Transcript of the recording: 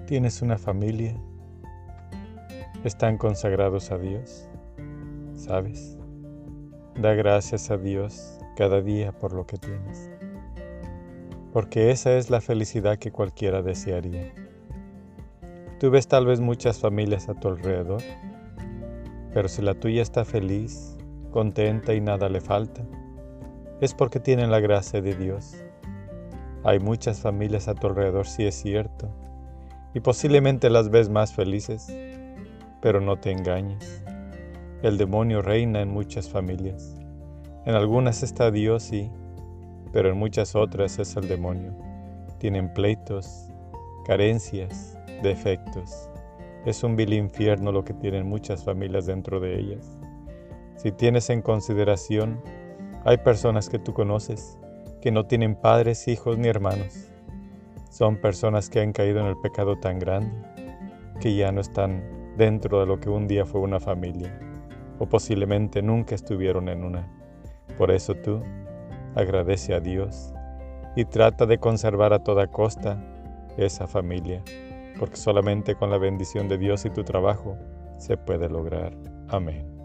¿Tienes una familia? ¿Están consagrados a Dios? ¿Sabes? Da gracias a Dios cada día por lo que tienes, porque esa es la felicidad que cualquiera desearía. Tú ves tal vez muchas familias a tu alrededor, pero si la tuya está feliz, contenta y nada le falta, es porque tienen la gracia de Dios. Hay muchas familias a tu alrededor, sí es cierto, y posiblemente las ves más felices, pero no te engañes. El demonio reina en muchas familias. En algunas está Dios, sí, pero en muchas otras es el demonio. Tienen pleitos, carencias, defectos. Es un vil infierno lo que tienen muchas familias dentro de ellas. Si tienes en consideración, hay personas que tú conoces que no tienen padres, hijos ni hermanos. Son personas que han caído en el pecado tan grande que ya no están dentro de lo que un día fue una familia, o posiblemente nunca estuvieron en una. Por eso tú agradece a Dios y trata de conservar a toda costa esa familia, porque solamente con la bendición de Dios y tu trabajo se puede lograr. Amén.